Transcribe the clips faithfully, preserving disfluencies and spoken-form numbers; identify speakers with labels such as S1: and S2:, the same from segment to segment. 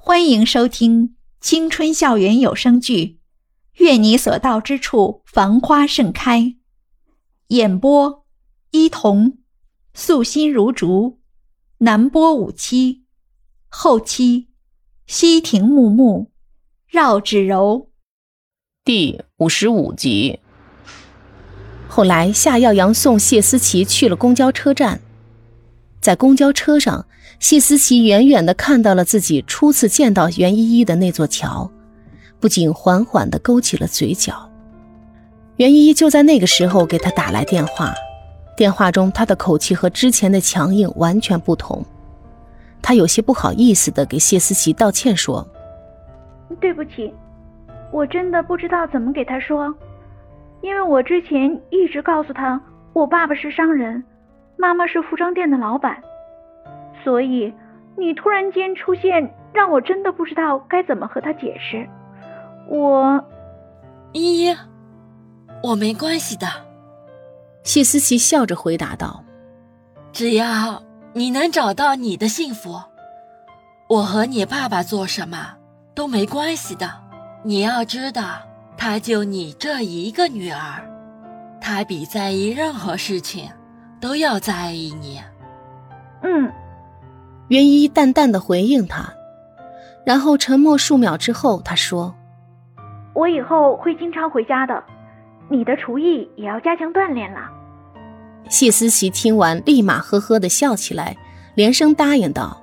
S1: 欢迎收听青春校园有声剧《愿你所到之处繁花盛开》，演播伊童，素心如竹，南波五七，后期西亭木木，绕指柔。
S2: 第五十五集。后来夏耀阳送谢思琪去了公交车站，在公交车上，谢思琪远远地看到了自己初次见到袁依依的那座桥，不仅缓缓地勾起了嘴角。袁依依就在那个时候给他打来电话，电话中他的口气和之前的强硬完全不同。他有些不好意思地给谢思琪道歉说：
S3: 对不起，我真的不知道怎么给他说，因为我之前一直告诉他我爸爸是商人，妈妈是服装店的老板，所以你突然间出现，让我真的不知道该怎么和他解释。我
S4: 依依，我没关系的。
S2: 谢思琪笑着回答道：
S4: 只要你能找到你的幸福，我和你爸爸做什么都没关系的。你要知道，他就你这一个女儿，他比在意任何事情都要在意你。
S3: 嗯，
S2: 袁依依淡淡地回应他，然后沉默数秒之后，他说：
S3: 我以后会经常回家的，你的厨艺也要加强锻炼了。
S2: 谢思琪听完立马呵呵地笑起来，连声答应道：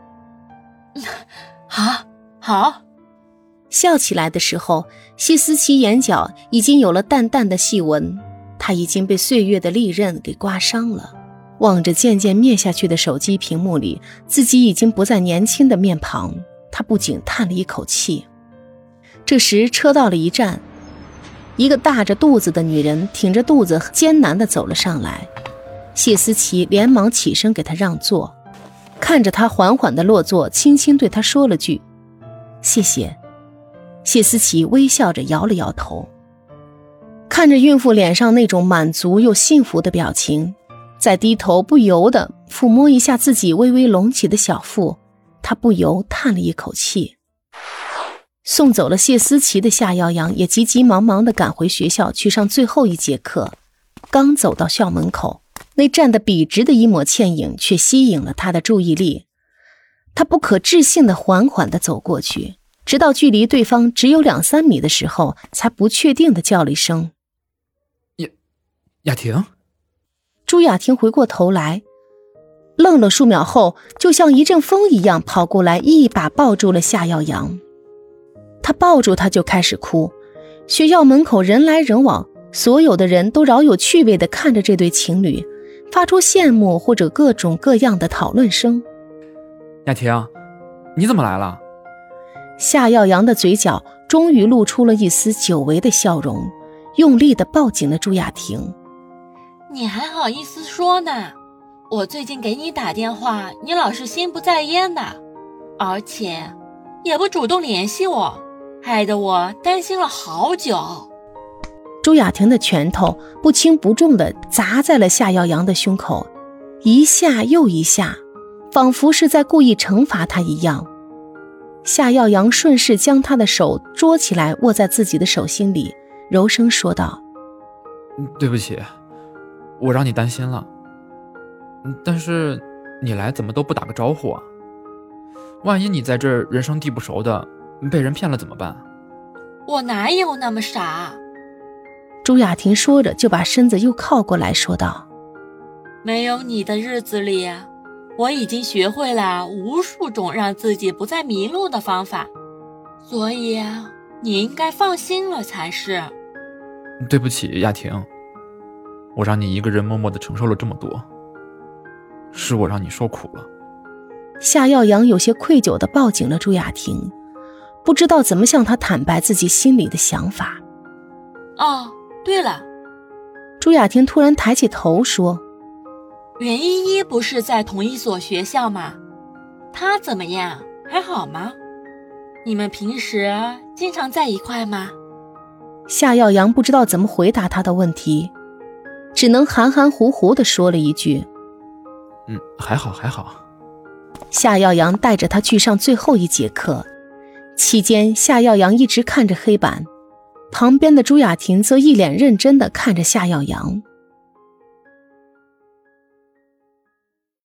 S4: 好，好。
S2: 笑起来的时候，谢思琪眼角已经有了淡淡的细纹，她已经被岁月的利刃给刮伤了。望着渐渐灭下去的手机屏幕里，自己已经不再年轻的面庞，她不仅叹了一口气。这时车到了一站，一个大着肚子的女人挺着肚子艰难地走了上来，谢思琪连忙起身给她让座，看着她缓缓地落座，轻轻对她说了句：谢谢。谢思琪微笑着摇了摇头，看着孕妇脸上那种满足又幸福的表情，再低头不由地抚摸一下自己微微隆起的小腹，她不由叹了一口气。送走了谢思琪的夏耀阳也急急忙忙地赶回学校去上最后一节课。刚走到校门口，那站得笔直的一抹倩影却吸引了他的注意力。他不可置信地缓缓地走过去，直到距离对方只有两三米的时候，才不确定地叫了一声：
S5: 雅雅婷。
S2: 朱雅婷回过头来，愣了数秒后，就像一阵风一样跑过来，一把抱住了夏耀阳。他抱住他就开始哭。学校门口人来人往，所有的人都饶有趣味地看着这对情侣，发出羡慕或者各种各样的讨论声。
S5: 雅婷，你怎么来了？
S2: 夏耀阳的嘴角终于露出了一丝久违的笑容，用力地抱紧了朱雅婷。
S4: 你还好意思说呢？我最近给你打电话，你老是心不在焉的，而且也不主动联系我，害得我担心了好久。
S2: 朱雅婷的拳头不轻不重地砸在了夏耀阳的胸口，一下又一下，仿佛是在故意惩罚他一样。夏耀阳顺势将他的手捉起来，握在自己的手心里，柔声说道：
S5: 对不起，我让你担心了，但是你来怎么都不打个招呼啊？万一你在这儿人生地不熟的，被人骗了怎么办？
S4: 我哪有那么傻？
S2: 朱雅婷说着就把身子又靠过来说道：
S4: 没有你的日子里，我已经学会了无数种让自己不再迷路的方法，所以你应该放心了才是。
S5: 对不起，雅婷，我让你一个人默默地承受了这么多，是我让你受苦了。
S2: 夏耀阳有些愧疚地抱紧了朱雅婷，不知道怎么向她坦白自己心里的想法。
S4: 哦，对了，
S2: 朱雅婷突然抬起头说：
S4: 袁依依不是在同一所学校吗？她怎么样？还好吗？你们平时经常在一块吗？
S2: 夏耀阳不知道怎么回答她的问题，只能含含糊糊地说了一句：
S5: 嗯，还好还好。
S2: 夏耀阳带着他去上最后一节课， 期间夏耀阳一直看着黑板，旁边的朱雅婷则一脸认真地看着夏耀阳。